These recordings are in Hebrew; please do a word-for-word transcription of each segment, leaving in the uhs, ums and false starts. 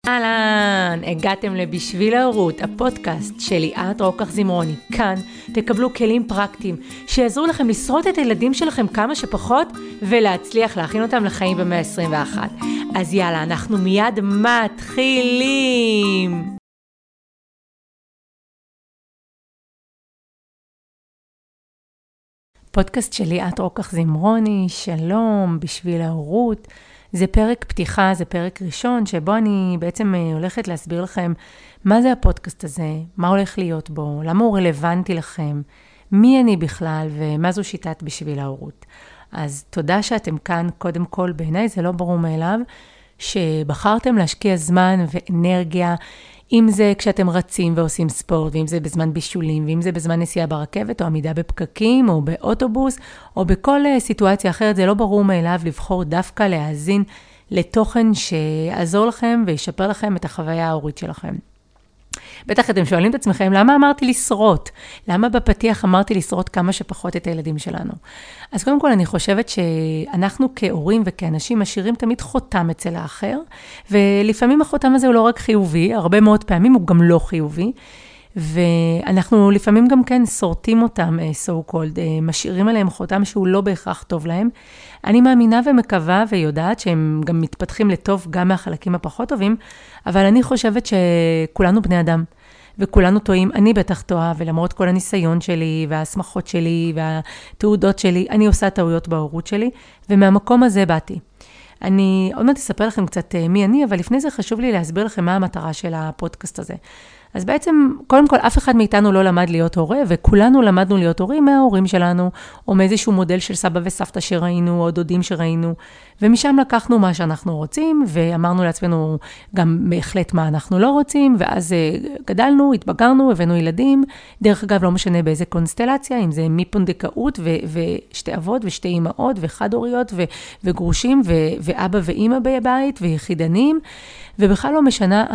אהלן, הגעתם לבשביל ההורות, הפודקאסט של ליאת רוקח זמרוני. כאן תקבלו כלים פרקטיים שיעזרו לכם לשרוד את הילדים שלכם כמה שפחות ולהצליח להכין אותם לחיים במאה ה-עשרים ואחת. אז יאללה, אנחנו מיד מתחילים. פודקאסט של ליאת רוקח זמרוני, שלום, בשביל ההורות. זה פרק פתיחה, זה פרק ראשון, שבו אני בעצם הולכת להסביר לכם מה זה הפודקאסט הזה, מה הולך להיות בו, למה הוא רלוונטי לכם, מי אני בכלל ומה זו שיטת בשביל ההורות. אז תודה שאתם כאן, קודם כל, בעיניי זה לא ברור מאליו, שבחרתם להשקיע זמן ואנרגיה, אם זה כשאתם רצים ועושים ספורט, ואם זה בזמן בישולים, ואם זה בזמן נסיעה ברכבת, או עמידה בפקקים, או באוטובוס, או בכל סיטואציה אחרת, זה לא ברור מאליו לבחור דווקא להאזין לתוכן שיעזור לכם וישפר לכם את החוויה ההורית שלכם. בטח אתם שואלים את עצמכם, למה אמרתי לשרות? למה בפתיח אמרתי לשרות כמה שפחות את הילדים שלנו? אז קודם כל אני חושבת שאנחנו כהורים וכאנשים משאירים תמיד חותם אצל האחר, ולפעמים החותם הזה הוא לא רק חיובי, הרבה מאוד פעמים הוא גם לא חיובי, ואנחנו לפעמים גם כן שורטים אותם, so called, משאירים עליהם חותם שהוא לא בהכרח טוב להם. אני מאמינה ומקווה ויודעת שהם גם מתפתחים לטוב גם מהחלקים הפחות טובים, אבל אני חושבת שכולנו בני אדם, וכולנו טועים, אני בטח טועה, ולמרות כל הניסיון שלי, וההסמכות שלי, והתעודות שלי, אני עושה טעויות בהורות שלי, ומהמקום הזה באתי. אני עוד מעט אספר לכם קצת מי אני, אבל לפני זה חשוב לי להסביר לכם מה המטרה של הפודקאסט הזה. אז בעצם, קודם כל, אף אחד מאיתנו לא למד להיות הורה, וכולנו למדנו להיות הורים מההורים שלנו, או מאיזשהו מודל של סבא וסבתא שראינו, או דודים שראינו, ומשם לקחנו מה שאנחנו רוצים, ואמרנו לעצמנו גם בהחלט מה אנחנו לא רוצים, ואז גדלנו, התבגרנו, הבאנו ילדים, דרך אגב לא משנה באיזה קונסטלציה, אם זה מפונדקאות, ו- ושתי אבות, ושתי אמהות, וחד הוריות, ו- וגרושים, ו- ואבא ואמא בבית, ויחידנים, ובכלל לא משנה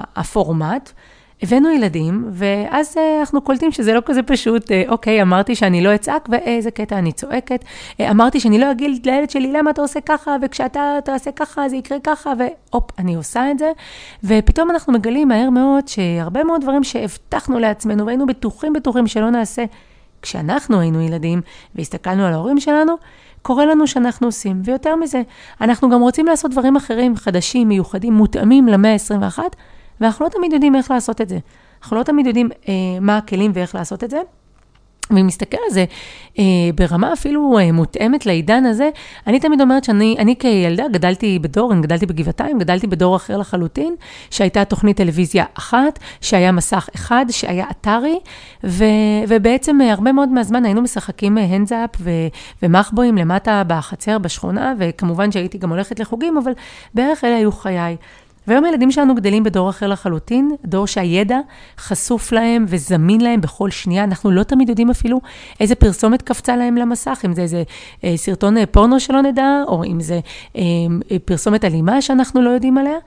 הפורמט, הבאנו ילדים, ואז אנחנו קולטים שזה לא כזה פשוט, אוקיי, אמרתי שאני לא אצעק, ואיזה קטע אני צועקת, אמרתי שאני לא אגיד לילד שלי, למה אתה עושה ככה, וכשאתה תעשה ככה, זה יקרה ככה, ואופ, אני עושה את זה, ופתאום אנחנו מגלים מהר מאוד, שהרבה מאוד דברים שהבטחנו לעצמנו, והיינו בטוחים בטוחים שלא נעשה, כשאנחנו היינו ילדים, והסתכלנו על ההורים שלנו, קורה לנו שאנחנו עושים, ויותר מזה, אנחנו גם רוצים לעשות דברים אחרים, חדשים, מיוחדים, מותאמים למאה ה-עשרים ואחת, ואנחנו לא תמיד יודעים איך לעשות את זה. אנחנו לא תמיד יודעים אה, מה הכלים ואיך לעשות את זה. ואם נסתכל על זה, אה, ברמה אפילו אה, מותאמת לעידן הזה, אני תמיד אומרת שאני אני כילדה גדלתי בדור, אני גדלתי בגבעתיים, גדלתי בדור אחר לחלוטין, שהייתה תוכנית טלוויזיה אחת, שהיה מסך אחד, שהיה אתרי, ו, ובעצם אה, הרבה מאוד מהזמן היינו משחקים אה, הנדזאפ ו, ומחבואים למטה בחצר, בשכונה, וכמובן שהייתי גם הולכת לחוגים, אבל בערך אלה היו חיי. והיום הילדים שלנו גדלים בדור אחר לחלוטין, דור שהידע חשוף להם וזמין להם בכל שנייה. אנחנו לא תמיד יודעים אפילו איזה פרסומת קפצה להם למסך, אם זה איזה אה, סרטון אה, פורנו שלא נדע, או אם זה אה, פרסומת אלימה שאנחנו לא יודעים עליה.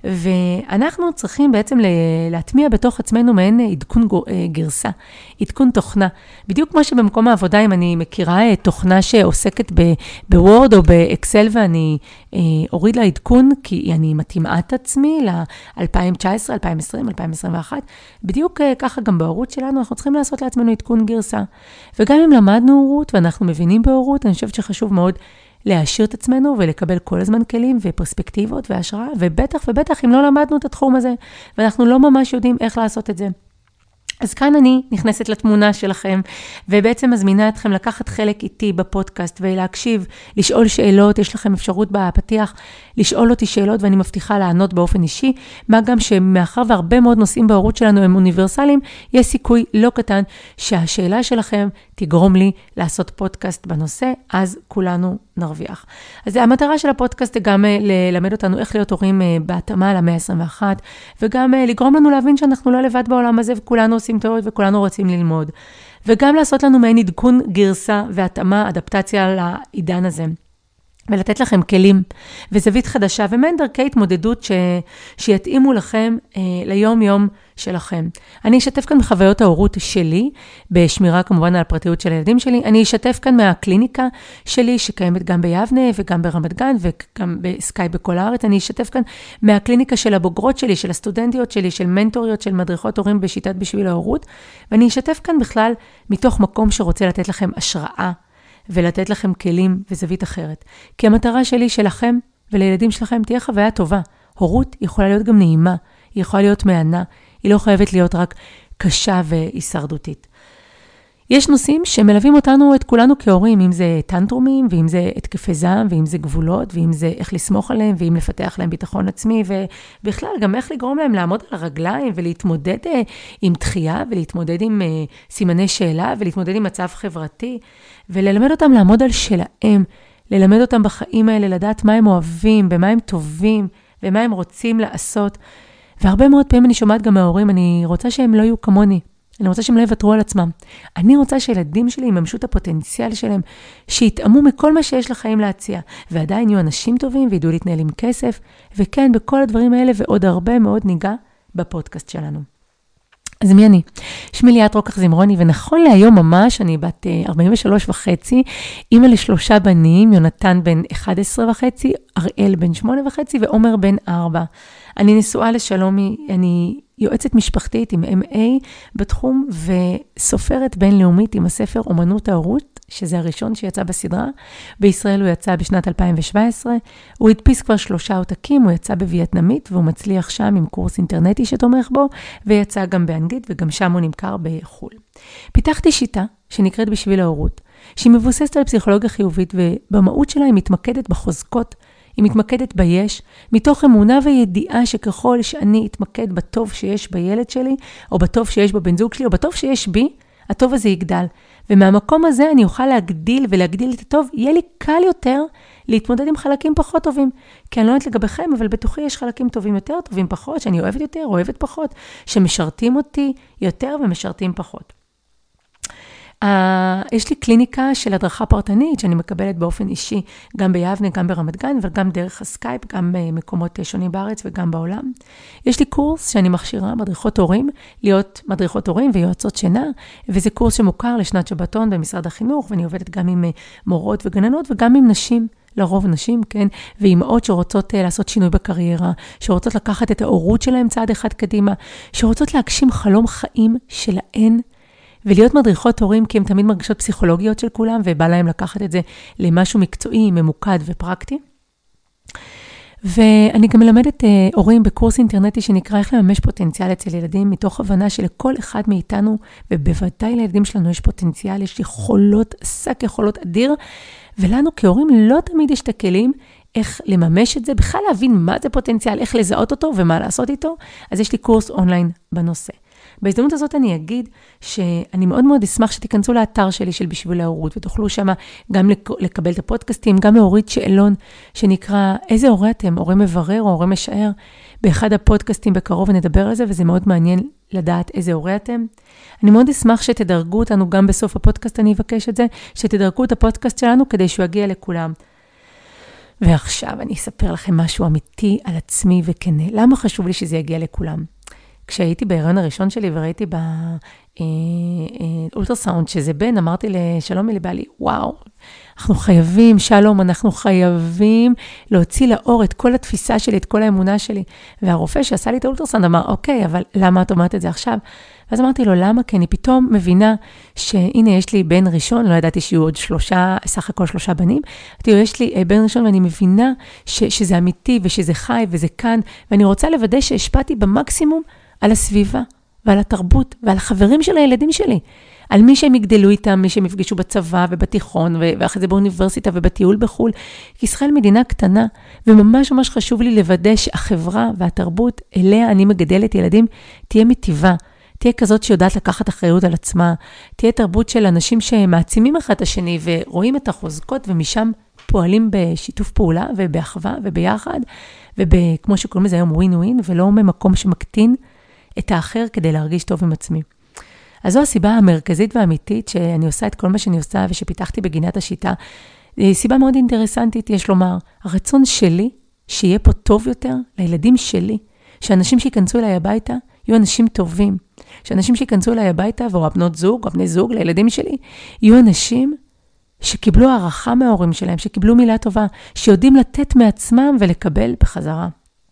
ואנחנו צריכים בעצם להטמיע בתוך עצמנו מעין עדכון גרסה, עדכון תוכנה. בדיוק כמו שבמקום העבודה, אם אני מכירה תוכנה שעוסקת בוורד או באקסל, ואני אוריד לה עדכון, כי אני מתאימה את עצמי ל-אלפיים תשע עשרה, אלפיים עשרים, אלפיים עשרים ואחת, בדיוק ככה גם בהורות שלנו, אנחנו צריכים לעשות לעצמנו עדכון גרסה. וגם אם למדנו הורות ואנחנו מבינים בהורות, אני חושבת שחשוב מאוד להשאיר את עצמנו ולקבל כל הזמן כלים ופרספקטיבות והשראה, ובטח ובטח אם לא למדנו את התחום הזה, ואנחנו לא ממש יודעים איך לעשות את זה. אז כאן אני נכנסת לתמונה שלכם, ובעצם מזמינה אתכם לקחת חלק איתי בפודקאסט, ולהקשיב, לשאול שאלות, יש לכם אפשרות בפתיח, לשאול אותי שאלות, ואני מבטיחה לענות באופן אישי, מה גם שמאחר והרבה מאוד נושאים בהורות שלנו הם אוניברסליים, יש סיכוי לא קטן שהשאלה שלכם תגרום לי לעשות פודקאסט בנושא, אז כולנו נרוויח. אז המטרה של הפודקאסט היא גם ללמד אותנו איך להיות הורים בהתאמה למאה ה-עשרים ואחת, וגם לגרום לנו להבין שאנחנו לא לבד בעולם הזה, וכולנו עושים טעות וכולנו רוצים ללמוד. וגם לעשות לנו מעין עדכון גרסה והתאמה, אדפטציה לעידן הזה. ולתת לכם כלים וזווית חדשה ומעין דרכי התמודדות ש... שיתאימו לכם אה, ליום יום שלכם. אני אשתף כאן בחוויות ההורות שלי, בשמירה כמובן על הפרטיות של הילדים שלי. אני אשתף כאן מהקליניקה שלי שקיימת גם ביבנה וגם ברמת גן וגם בסקאי בכל הארץ. אני אשתף כאן מהקליניקה של הבוגרות שלי, של הסטודנטיות שלי, של מנטוריות, של מדריכות הורים בשיטת בשביל ההורות. ואני אשתף כאן בכלל מתוך מקום שרוצה לתת לכם השראה ולתת לכם כלים וזווית אחרת. כי המטרה שלי שלכם ולילדים שלכם תהיה חוויה טובה. הורות יכולה להיות גם נעימה, היא יכולה להיות מענה, היא לא חייבת להיות רק קשה והישרדותית. יש נושאים שמלווים אותנו, את כולנו כהורים, אם זה טנטרומים, ואם זה התקפי זעם, ואם זה גבולות, ואם זה איך לסמוך עליהם, ואם לפתח להם ביטחון עצמי, ובכלל גם איך לגרום להם לעמוד על הרגליים, ולהתמודד עם דחייה, ולהתמודד עם סימני שאלה, ולהתמודד עם מצב חברתי, וללמד אותם לעמוד על שלהם, ללמד אותם בחיים האלה, לדעת מה הם אוהבים, במה הם טובים, ומה הם רוצים לעשות. והרבה מאוד פעמים אני שומעת גם מההורים, אני רוצה שהם לא יהיו כמוני. אני רוצה שהם לא יוותרו על עצמם. אני רוצה שילדים שלי יממשו את הפוטנציאל שלהם, שיתאמו מכל מה שיש לחיים להציע, ועדיין יהיו אנשים טובים וידעו להתנהל עם כסף, וכן, בכל הדברים האלה ועוד הרבה מאוד ניגע בפודקאסט שלנו. אז מי אני? שמי ליאת רוקח זמרוני, ונכון להיום ממש, אני בת ארבעים ושלוש וחצי, אמא לשלושה בנים, יונתן בן אחד עשרה וחצי, אראל בן שמונה וחצי, ועומר בן ארבע. אני נשואה לשלומי, אני יועצת משפחתית עם אם איי בתחום, וסופרת בינלאומית עם הספר אומנות ההורות, שזה הראשון שיצא בסדרה. בישראל הוא יצא בשנת אלפיים שבע עשרה, הוא הדפיס כבר שלושה עותקים, הוא יצא בווייטנמית, והוא מצליח שם עם קורס אינטרנטי שתומך בו, ויצא גם באנגלית, וגם שם הוא נמכר בחול. פיתחתי שיטה שנקראת בשביל ההורות, שהיא מבוססת על פסיכולוגיה חיובית, ובמהות שלה היא מתמקדת בחוזקות, היא מתמקדת ביש, מתוך אמונה וידיעה שככל שאני אתמקד בטוב שיש בילד שלי, או בטוב שיש בבן זוג שלי, או בטוב שיש בי, הטוב הזה יגדל. ומהמקום הזה אני אוכל להגדיל ולהגדיל את הטוב, יהיה לי קל יותר להתמודד עם חלקים פחות טובים. כי אני לא יודעת לגביכם, אבל בתוכי יש חלקים טובים יותר, טובים פחות, שאני אוהבת יותר, אוהבת פחות, שמשרתים אותי יותר ומשרתים פחות. Uh, יש לי קליניקה של הדרכה פרטנית, שאני מקבלת באופן אישי, גם ביבנה, גם ברמת גן, וגם דרך הסקייפ, גם במקומות שונים בארץ וגם בעולם. יש לי קורס שאני מכשירה מדריכות הורים, להיות מדריכות הורים ויועצות שינה, וזה קורס שמוכר לשנת שבתון במשרד החינוך, ואני עובדת גם עם מורות וגננות, וגם עם נשים, לרוב נשים, כן, ואימהות שרוצות uh, לעשות שינוי בקריירה, שרוצות לקחת את ההורות שלהם צעד אחד קדימה, שרוצות להגשים חלום חיים שלהן, ולהיות מדריכות הורים, כי הן תמיד מרגישות פסיכולוגיות של כולם, ובא להם לקחת את זה למשהו מקצועי, ממוקד ופרקטי. ואני גם מלמדת הורים בקורס אינטרנטי שנקרא איך לממש פוטנציאל אצל ילדים, מתוך הבנה שלכל אחד מאיתנו, ובוודאי לילדים שלנו יש פוטנציאל, יש יכולות, עסק יכולות אדיר, ולנו כהורים לא תמיד יש את הכלים איך לממש את זה, בכלל להבין מה זה פוטנציאל, איך לזהות אותו ומה לעשות איתו, אז יש לי קורס אונליין בנושא. בהזדמנות הזאת אני אגיד שאני מאוד מאוד אשמח שתיכנסו לאתר שלי של בשביל ההורות, ותוכלו שם גם לקבל את הפודקאסטים, גם להוריד שאלון שנקרא איזה הורה אתם, הורה מברר או הורה משער, באחד הפודקאסטים בקרוב ונדבר על זה, וזה מאוד מעניין לדעת איזה הורה אתם. אני מאוד אשמח שתדרגו אותנו גם בסוף הפודקאסט, אני אבקש את זה, שתדרגו את הפודקאסט שלנו כדי שהוא יגיע לכולם. ועכשיו אני אספר לכם משהו אמיתי על עצמי וכנה. למה חשוב לי שזה יגיע לכולם? כשהייתי בהיריון הראשון שלי וראיתי באולטרסאונד שזה בן, אמרתי לשלומי לבעלי, וואו, אנחנו חייבים, שלום, אנחנו חייבים להוציא לאור את כל התפיסה שלי, את כל האמונה שלי. והרופא שעשה לי את האולטרסאונד אמר, אוקיי, אבל למה את אומרת את זה עכשיו? ואז אמרתי לו, למה? כי אני פתאום מבינה שהנה יש לי בן ראשון, לא ידעתי שיהיו עוד שלושה, סך הכל שלושה בנים, תראו, יש לי בן ראשון ואני מבינה ש, שזה אמיתי ושזה חי וזה כאן, ואני רוצה לוודא שהשפעתי במקסימום על הסביבה ועל התרבות ועל החברים של הילדים שלי, על מי שהם יגדלו איתם, מי שהם יפגשו בצבא ובתיכון, ואחרי זה באוניברסיטה ובטיול בחול. כי ישראל מדינה קטנה, וממש ממש חשוב לי לוודא שהחברה והתרבות אליה אני מגדלת ילדים, תהיה מטיבה, תהיה כזאת שיודעת לקחת אחריות על עצמה, תהיה תרבות של אנשים שמעצימים אחד את השני, ורואים את החוזקות, ומשם פועלים בשיתוף פעולה, ובאחווה, וביחד, וכמו שקוראים לזה היום ווין ווין, ולא ממקום שמקטין את האחר כדי להרגיש טוב עם עצמי. אז זו הסיבה המרכזית והאמיתית שאני עושה את כל מה שאני עושה, ושפיתחתי בגינת השיטה, סיבה מאוד אינטרסנטית, יש לומר, הרצון שלי שיהיה פה טוב יותר לילדים שלי, שאנשים שיכנסו אליי הביתה יהיו אנשים טובים, שאנשים שיכנסו אליי הביתה, ואו הבנות זוג, או בני זוג לילדים שלי, יהיו אנשים שקיבלו הערכה מההורים שלהם, שקיבלו מילה טובה, שיודעים לתת מעצמם ולקבל בחזרה.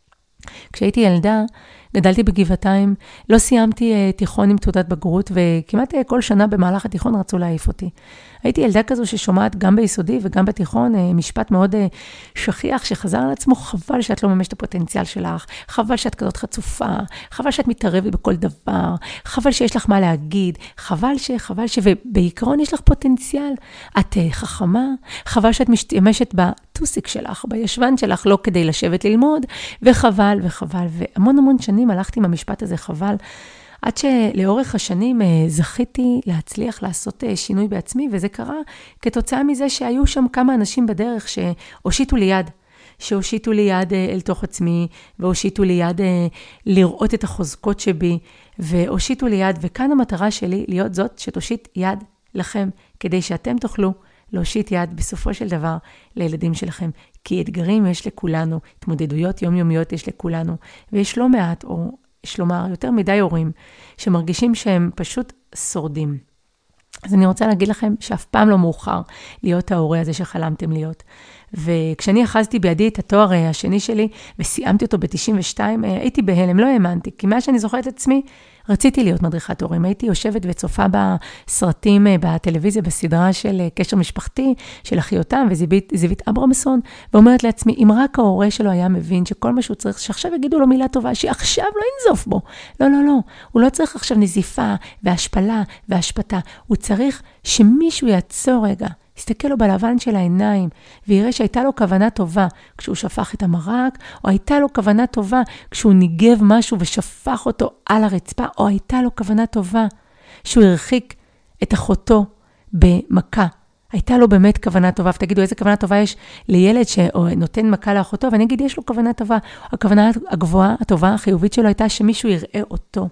כשהייתי ילדה, גדלתי בגבעתיים, לא סיימתי uh, תיכון עם תעודת בגרות, וכמעט uh, כל שנה במהלך התיכון רצו להעיף אותי. הייתי ילדה כזו ששומעת גם ביסודי וגם בתיכון, uh, משפט מאוד uh, שכיח שחזר על עצמו, חבל שאת לא ממש את הפוטנציאל שלך, חבל שאת כזאת חצופה, חבל שאת מתערבת בכל דבר, חבל שיש לך מה להגיד, חבל ש, חבל ש, ובעיקרון יש לך פוטנציאל, את uh, חכמה, חבל שאת משתמשת בטוסיק שלך, בישבן שלך, לא כדי לשבת ללמוד, וחבל וחבל, והמון המון שנים הלכתי עם המשפט הזה, חבל, עד שלאורך השנים זכיתי להצליח לעשות שינוי בעצמי, וזה קרה כתוצאה מזה שהיו שם כמה אנשים בדרך שהושיטו לי יד, שהושיטו לי יד אל תוך עצמי, והושיטו לי יד לראות את החוזקות שבי, והושיטו לי יד, וכאן המטרה שלי להיות זאת שתושיט יד לכם, כדי שאתם תוכלו להושיט יד בסופו של דבר לילדים שלכם, כי אתגרים יש לכולנו, התמודדויות יומיומיות יש לכולנו, ויש לא מעט, או יש לומר יותר מדי הורים, שמרגישים שהם פשוט שורדים. אז אני רוצה להגיד לכם שאף פעם לא מאוחר להיות ההורה הזה שחלמתם להיות. וכשאני אחזתי בידי את התואר השני שלי, וסיימתי אותו ב-תשעים ושתיים, הייתי בהלם, לא האמנתי, כי מה שאני זוכרת את עצמי, רציתי להיות מדריכת הורים. הייתי יושבת וצופה בסרטים, בטלוויזיה, בסדרה של קשר משפחתי, של אחיותם וזיווית אברמסון, ואומרת לעצמי, אם רק ההורה שלו היה מבין שכל מה שהוא צריך, שעכשיו יגידו לו מילה טובה, שעכשיו לא ינזוף בו. לא, לא, לא. הוא לא צריך עכשיו נזיפה והשפלה והשפתה. הוא צריך שמישהו יעצור רגע, יסתכל לו בלבן של העיניים, ויראה שהייתה לו כוונה טובה כשהוא שפך את המרק, או הייתה לו כוונה טובה כשהוא ניגב משהו ושפך אותו על הרצפה, או הייתה לו כוונה טובה שהוא הרחיק את אחותו במכה. הייתה לו באמת כוונה טובה, ותגידו איזה כוונה טובה יש לילד שנותן מכה לאחותו, ואני אגיד יש לו כוונה טובה, הכוונה הגבוהה, הטובה, החיובית שלו הייתה שמישהו יראה אותו.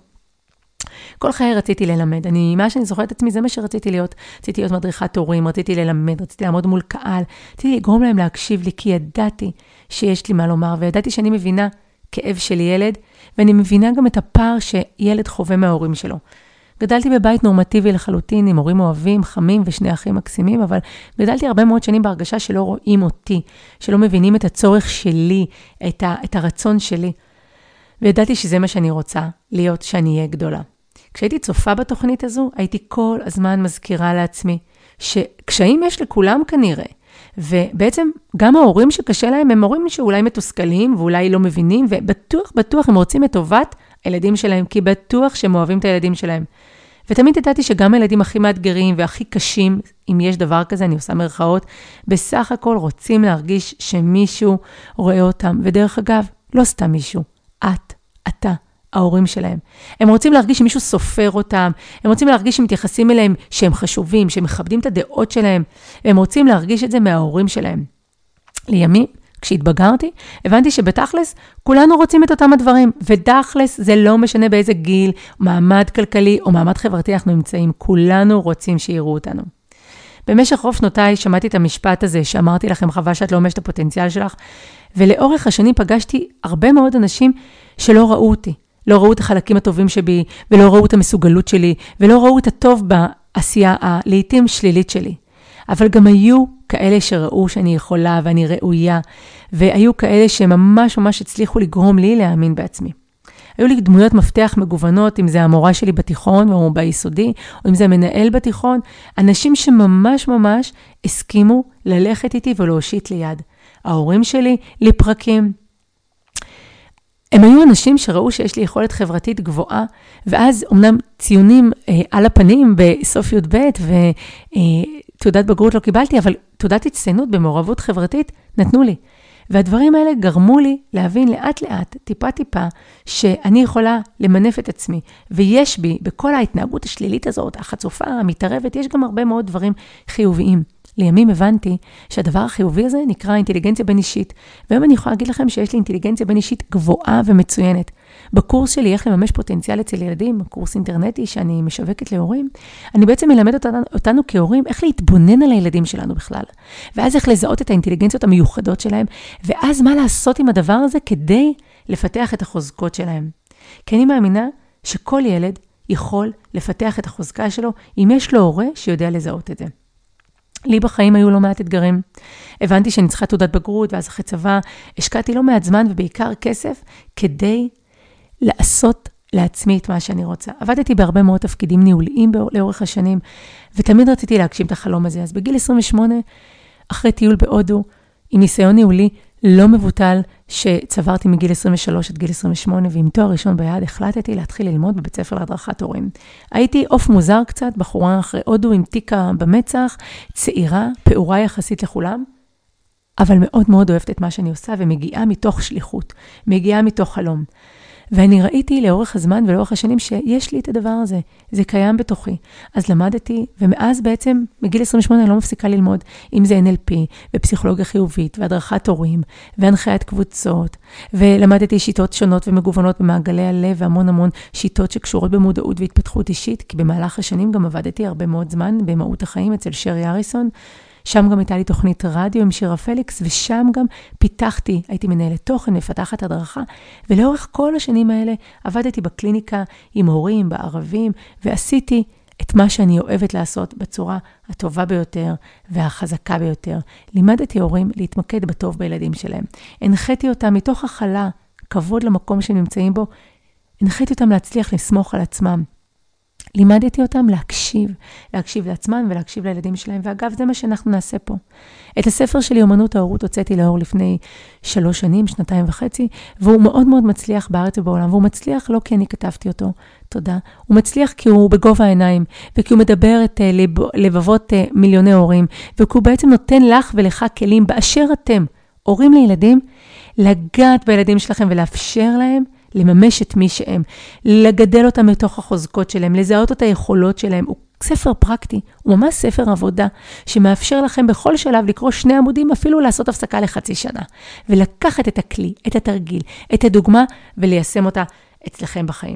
כל חיי רציתי ללמד, אני, מה שאני זוכרת את עצמי, זה מה שרציתי להיות, רציתי להיות מדריכת הורים, רציתי ללמד, רציתי לעמוד מול קהל, רציתי לגרום להם להקשיב לי, כי ידעתי שיש לי מה לומר, וידעתי שאני מבינה כאב של ילד, ואני מבינה גם את הפער שילד חווה מההורים שלו. גדלתי בבית נורמטיבי לחלוטין, עם הורים אוהבים, חמים ושני אחים מקסימים, אבל גדלתי הרבה מאוד שנים בהרגשה שלא רואים אותי, שלא מבינים את הצורך שלי, את, ה, את הרצון שלי. וידעתי שזה מה שאני רוצה, להיות שאני אהיה גדולה. כשהייתי צופה בתוכנית הזו, הייתי כל הזמן מזכירה לעצמי, שקשיים יש לכולם כנראה, ובעצם גם ההורים שקשה להם, הם הורים שאולי מתוסכלים, ואולי לא מבינים, ובטוח, בטוח הם רוצים את טובת הילדים שלהם, כי בטוח שהם אוהבים את הילדים שלהם. ותמיד ידעתי שגם הילדים הכי מאתגרים והכי קשים, אם יש דבר כזה, אני עושה מרכאות, בסך הכל רוצים להרגיש שמישהו רואה אותם, ודרך אגב, לא סתם מישהו, את, אתה, ההורים שלהם. הם רוצים להרגיש שמישהו סופר אותם, הם רוצים להרגיש שמתייחסים אליהם שהם חשובים, שהם מכבדים את הדעות שלהם, הם רוצים להרגיש את זה מההורים שלהם. לימים, כשהתבגרתי, הבנתי שבתכלס כולנו רוצים את אותם הדברים, ותכלס זה לא משנה באיזה גיל, מעמד כלכלי או מעמד חברתי אנחנו נמצאים, כולנו רוצים שיראו אותנו. במשך רוב שנותיי שמעתי את המשפט הזה, שאמרתי לכם חבל שאת לא ממש את הפוטנציאל שלך, ולאורך השנים פגשתי הרבה מאוד אנשים שלא ראו אותי, לא ראו את החלקים הטובים שבי, ולא ראו את המסוגלות שלי, ולא ראו את הטוב בעשייה הלעיתים שלילית שלי. אבל גם היו כאלה שראו שאני יכולה ואני ראויה, והיו כאלה שממש ממש הצליחו לגרום לי להאמין בעצמי. היו לי דמויות מפתח מגוונות, אם זה המורה שלי בתיכון או ביסודי, או אם זה המנהל בתיכון, אנשים שממש ממש הסכימו ללכת איתי ולהושיט לי יד. ההורים שלי לפרקים. הם היו אנשים שראו שיש לי יכולת חברתית גבוהה, ואז אמנם ציונים אה, על הפנים בסוף י"ב, ותעודת בגרות לא קיבלתי, אבל תעודת הצטיינות במעורבות חברתית נתנו לי. והדברים האלה גרמו לי להבין לאט לאט, טיפה טיפה, שאני יכולה למנף את עצמי. ויש בי, בכל ההתנהגות השלילית הזאת, החצופה, המתערבת, יש גם הרבה מאוד דברים חיוביים. לימים הבנתי שהדבר החיובי הזה נקרא אינטליגנציה בין אישית. והיום אני יכולה להגיד לכם שיש לי אינטליגנציה בין אישית גבוהה ומצוינת. בקורס שלי, איך לממש פוטנציאל אצל ילדים, קורס אינטרנטי שאני משווקת להורים, אני בעצם מלמד אותנו, אותנו כהורים, איך להתבונן על הילדים שלנו בכלל. ואז איך לזהות את האינטליגנציות המיוחדות שלהם, ואז מה לעשות עם הדבר הזה כדי לפתח את החוזקות שלהם. כי אני מאמינה שכל ילד יכול לפתח את החוזקה שלו, אם יש לו הורה שיודע לזהות את זה. לי בחיים היו לא מעט אתגרים. הבנתי שאני צריכה תעודת בגרות, ואז אחרי צבא השקעתי לא מעט זמן ובעיקר כסף, כדי לעשות לעצמי את מה שאני רוצה. עבדתי בהרבה מאוד תפקידים ניהוליים לאורך השנים, ותמיד רציתי להגשים את החלום הזה. אז בגיל עשרים ושמונה, אחרי טיול בהודו, עם ניסיון ניהולי לא מבוטל, שצברתי מגיל עשרים ושלוש עד גיל עשרים ושמונה, ועם תואר ראשון ביד, החלטתי להתחיל ללמוד בבית ספר להדרכת הורים. הייתי אוף מוזר קצת, בחורה אחרי הודו עם תיקה במצח, צעירה, פעורה יחסית לכולם, אבל מאוד מאוד אוהבת את מה שאני עושה, ומגיעה מתוך שליחות, מגיעה מתוך חלום. ואני ראיתי לאורך הזמן ולאורך השנים שיש לי את הדבר הזה, זה קיים בתוכי. אז למדתי, ומאז בעצם, מגיל עשרים ושמונה אני לא מפסיקה ללמוד, אם זה אן אל פי, ופסיכולוגיה חיובית, והדרכת הורים, והנחיית קבוצות, ולמדתי שיטות שונות ומגוונות במעגלי הלב, והמון המון שיטות שקשורות במודעות והתפתחות אישית, כי במהלך השנים גם עבדתי הרבה מאוד זמן במהות החיים אצל שרי אריסון, שם גם הייתה לי תוכנית רדיו עם שירה פליקס, ושם גם פיתחתי, הייתי מנהלת תוכן, מפתחת הדרכה, ולאורך כל השנים האלה עבדתי בקליניקה עם הורים, בערבים, ועשיתי את מה שאני אוהבת לעשות בצורה הטובה ביותר והחזקה ביותר. לימדתי הורים להתמקד בטוב בילדים שלהם. הנחיתי אותם מתוך החלה, כבוד למקום שהם נמצאים בו, הנחיתי אותם להצליח לסמוך על עצמם. לימדתי אותם להקשיב, להקשיב לעצמם ולהקשיב לילדים שלהם, ואגב, זה מה שאנחנו נעשה פה. את הספר שלי, אומנות ההורות, הוצאתי לאור לפני שלוש שנים, שנתיים וחצי, והוא מאוד מאוד מצליח בארץ ובעולם, והוא מצליח לא כי אני כתבתי אותו, תודה. הוא מצליח כי הוא בגובה העיניים, וכי הוא מדבר את לב, לבבות מיליוני הורים, וכי הוא בעצם נותן לך ולך כלים באשר אתם, הורים לילדים, לגעת בילדים שלכם ולאפשר להם, לממש את מי שהם, לגדל אותם מתוך החוזקות שלהם, לזהות את היכולות שלהם. הוא ספר פרקטי, הוא ממש ספר עבודה, שמאפשר לכם בכל שלב לקרוא שני עמודים, אפילו לעשות הפסקה לחצי שנה, ולקחת את הכלי, את התרגיל, את הדוגמה, וליישם אותה אצלכם בחיים.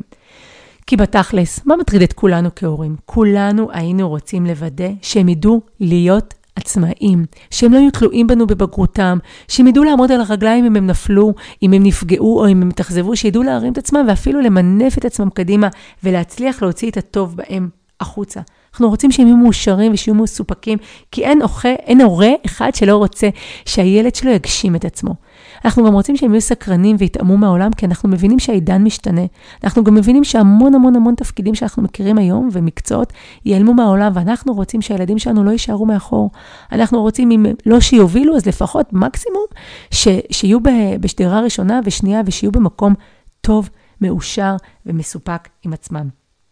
כי בתכלס, מה מטריד את כולנו כהורים? כולנו היינו רוצים לוודא שהם ידעו להיות עצמאים, שהם לא יהיו תלויים בנו בבגרותם, שהם ידעו לעמוד על הרגליים אם הם נפלו, אם הם נפגעו או אם הם תחזבו, שידעו להרים את עצמם ואפילו למנף את עצמם קדימה ולהצליח להוציא את הטוב בהם החוצה. אנחנו רוצים שהם יהיו מאושרים ושיהיו מסופקים, כי אין הורה, אין הורה אחד שלא רוצה שהילד שלו יגשים את עצמו. אנחנו גם רוצים שהם יהיו סקרנים ויתאמו מהעולם, כי אנחנו מבינים שהעידן משתנה. אנחנו גם מבינים שהמון המון המון תפקידים שאנחנו מכירים היום ומקצועות ייעלמו מהעולם, ואנחנו רוצים שהילדים שלנו לא יישארו מאחור. אנחנו רוצים, אם לא שיובילו, אז לפחות מקסימום, ש, שיהיו בשדרה ראשונה ושנייה, ושיהיו במקום טוב, מאושר ומסופק עם עצמם.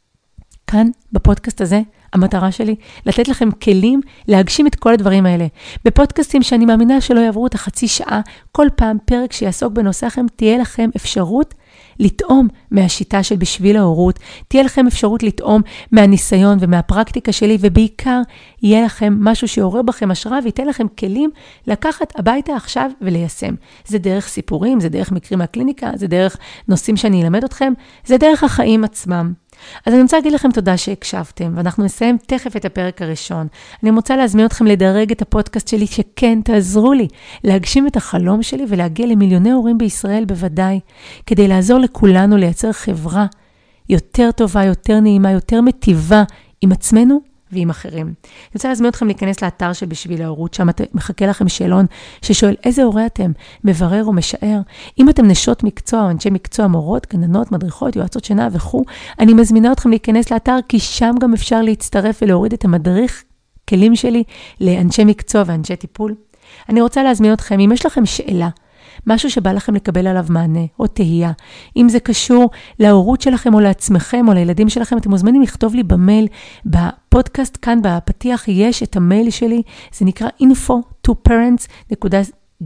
כאן, בפודקאסט הזה, המטרה שלי, לתת לכם כלים להגשים את כל הדברים האלה. בפודקאסטים שאני מאמינה שלא יעברו את החצי שעה, כל פעם פרק שיעסוק בנושא לכם, תהיה לכם אפשרות לטעום מהשיטה של בשביל ההורות, תהיה לכם אפשרות לטעום מהניסיון ומהפרקטיקה שלי, ובעיקר יהיה לכם משהו שיעורר בכם השראה, וייתן לכם כלים לקחת הביתה עכשיו וליישם. זה דרך סיפורים, זה דרך מקרים מהקליניקה, זה דרך נושאים שאני אלמד אתכם, זה דרך החיים עצמם. אז אני רוצה להגיד לכם תודה שהקשבתם, ואנחנו נסיים תכף את הפרק הראשון. אני רוצה להזמין אתכם לדרג את הפודקאסט שלי, שכן, תעזרו לי להגשים את החלום שלי ולהגיע למיליוני הורים בישראל בוודאי, כדי לעזור לכולנו לייצר חברה יותר טובה, יותר נעימה, יותר מטיבה עם עצמנו ועם אחרים. אני רוצה להזמין אתכם להיכנס לאתר של בשביל ההורות, שם מחכה לכם שאלון ששואל איזה הורה אתם, מברר או משער. אם אתם נשות מקצוע או אנשי מקצוע, מורות, גננות, מדריכות, יועצות שינה וכו', אני מזמינה אתכם להיכנס לאתר, כי שם גם אפשר להצטרף ולהוריד את המדריך כלים שלי לאנשי מקצוע ואנשי טיפול. אני רוצה להזמין אתכם, אם יש לכם שאלה, משהו שבא לכם לקבל עליו מענה או תהייה, אם זה קשור להורות שלכם או לעצמכם או לילדים שלכם, אתם מוזמנים לכתוב לי במייל, בפודקאסט כאן בפתיח יש את המייל שלי, זה נקרא info to parents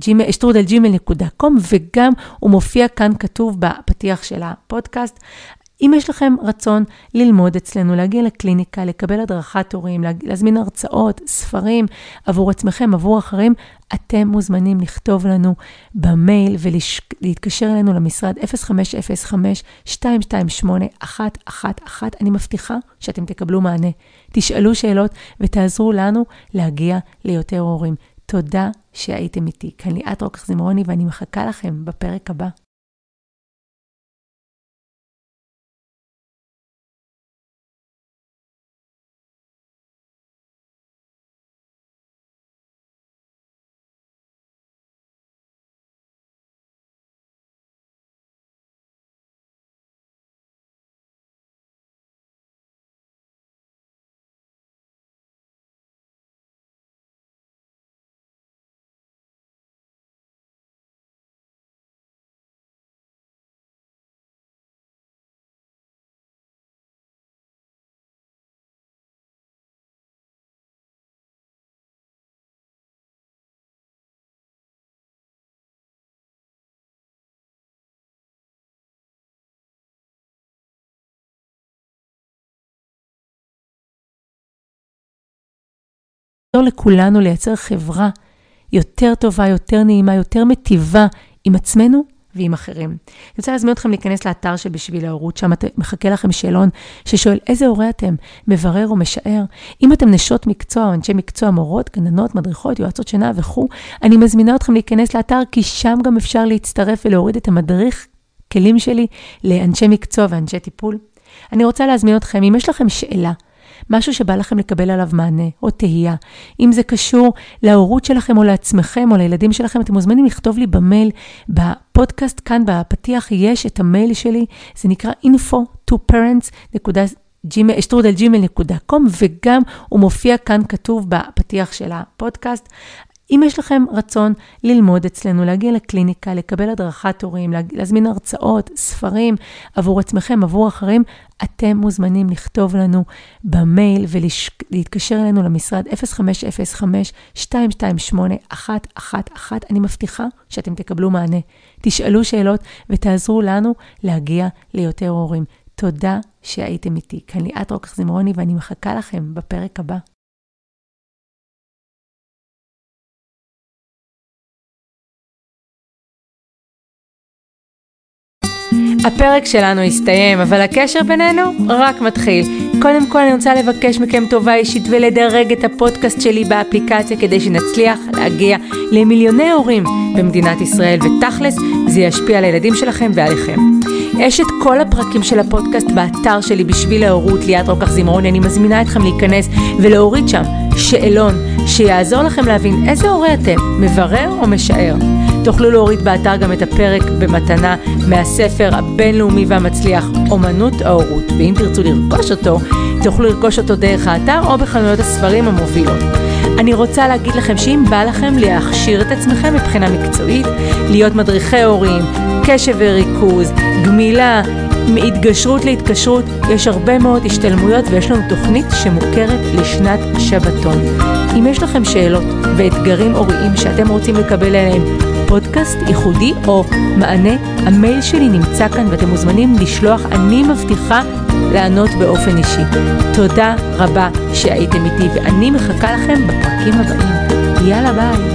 שטרודל ג'ימייל דוט קום, וגם הוא מופיע כאן כתוב בפתיח של הפודקאסט. אם יש לכם רצון ללמוד אצלנו, להגיע לקליניקה, לקבל הדרכת הורים, להזמין הרצאות, ספרים עבור עצמכם, עבור אחרים, אתם מוזמנים לכתוב לנו במייל ולהתקשר אלינו למשרד אפס חמש אפס חמש שתיים שתיים שמונה אחת אחת אחת. אני מבטיחה שאתם תקבלו מענה. תשאלו שאלות ותעזרו לנו להגיע ליותר הורים. תודה שהייתם איתי. כאן ליאת רוקח זמרוני ואני מחכה לכם בפרק הבא. לכולנו לייצר חברה יותר טובה, יותר נעימה, יותר מטיבה עם עצמנו ועם אחרים. אני רוצה להזמין אתכם להיכנס לאתר שבשביל ההורות, שם מחכה לכם שאלון ששואל איזה הורה אתם, מברר או משער. אם אתם נשות מקצוע או אנשי מקצוע, מורות, גננות, מדריכות, יועצות שינה וכו', אני מזמינה אתכם להיכנס לאתר, כי שם גם אפשר להצטרף ולהוריד את המדריך כלים שלי לאנשי מקצוע ואנשי טיפול. אני רוצה להזמין אתכם, אם יש לכם שאלה, משהו שבא לכם לקבל עליו מענה או תהייה. אם זה קשור להורות שלכם או לעצמכם או לילדים שלכם, אתם מוזמנים לכתוב לי במייל, בפודקאסט כאן בפתיח יש את המייל שלי, זה נקרא info to parents שטרודל ג'ימייל נקודה קום, וגם הוא מופיע כאן כתוב בפתיח של הפודקאסט. אם יש לכם רצון ללמוד אצלנו, להגיע לקליניקה, לקבל הדרכת הורים, להזמין הרצאות, ספרים עבור עצמכם, עבור אחרים, אתם מוזמנים לכתוב לנו במייל ולהתקשר אלינו למשרד אפס חמש אפס חמש שתיים שתיים שמונה אחת אחת אחת. אני מבטיחה שאתם תקבלו מענה. תשאלו שאלות ותעזרו לנו להגיע ליותר הורים. תודה שהייתם איתי. כאן ליאת רוקח זמרוני ואני מחכה לכם בפרק הבא. הפרק שלנו הסתיים, אבל הקשר בינינו רק מתחיל. קודם כל אני רוצה לבקש מכם טובה אישית ולדרג את הפודקאסט שלי באפליקציה כדי שנצליח להגיע למיליוני הורים במדינת ישראל, ותכלס זה ישפיע על הילדים שלכם ועליכם. יש את כל הפרקים של הפודקאסט באתר שלי בשביל ההורות, ליאת רוקח זמרוני. אני מזמינה אתכם להיכנס ולהוריד שם שאלון שיעזור לכם להבין איזה הורה אתם, מברר או משער. תוכלו להוריד באתר גם את הפרק במתנה מהספר הבינלאומי והמצליח אומנות ההורות, ואם תרצו לרכוש אותו, תוכלו לרכוש אותו דרך האתר או בחנויות הספרים המובילות. אני רוצה להגיד לכם שאם בא לכם להכשיר את עצמכם מבחינה מקצועית, להיות מדריכי הורים, קשב וריכוז, גמילה, מהתגשרות להתקשרות, יש הרבה מאוד השתלמויות ויש לנו תוכנית שמוכרת לשנת שבתון. אם יש לכם שאלות ואתגרים הוריים שאתם רוצים לקבל עליהם פודקאסט ייחודי או מענה, המייל שלי נמצא כאן ואתם מוזמנים לשלוח, אני מבטיחה לענות באופן אישי. תודה רבה שהייתם איתי ואני מחכה לכם בפרקים הבאים. יאללה ביי.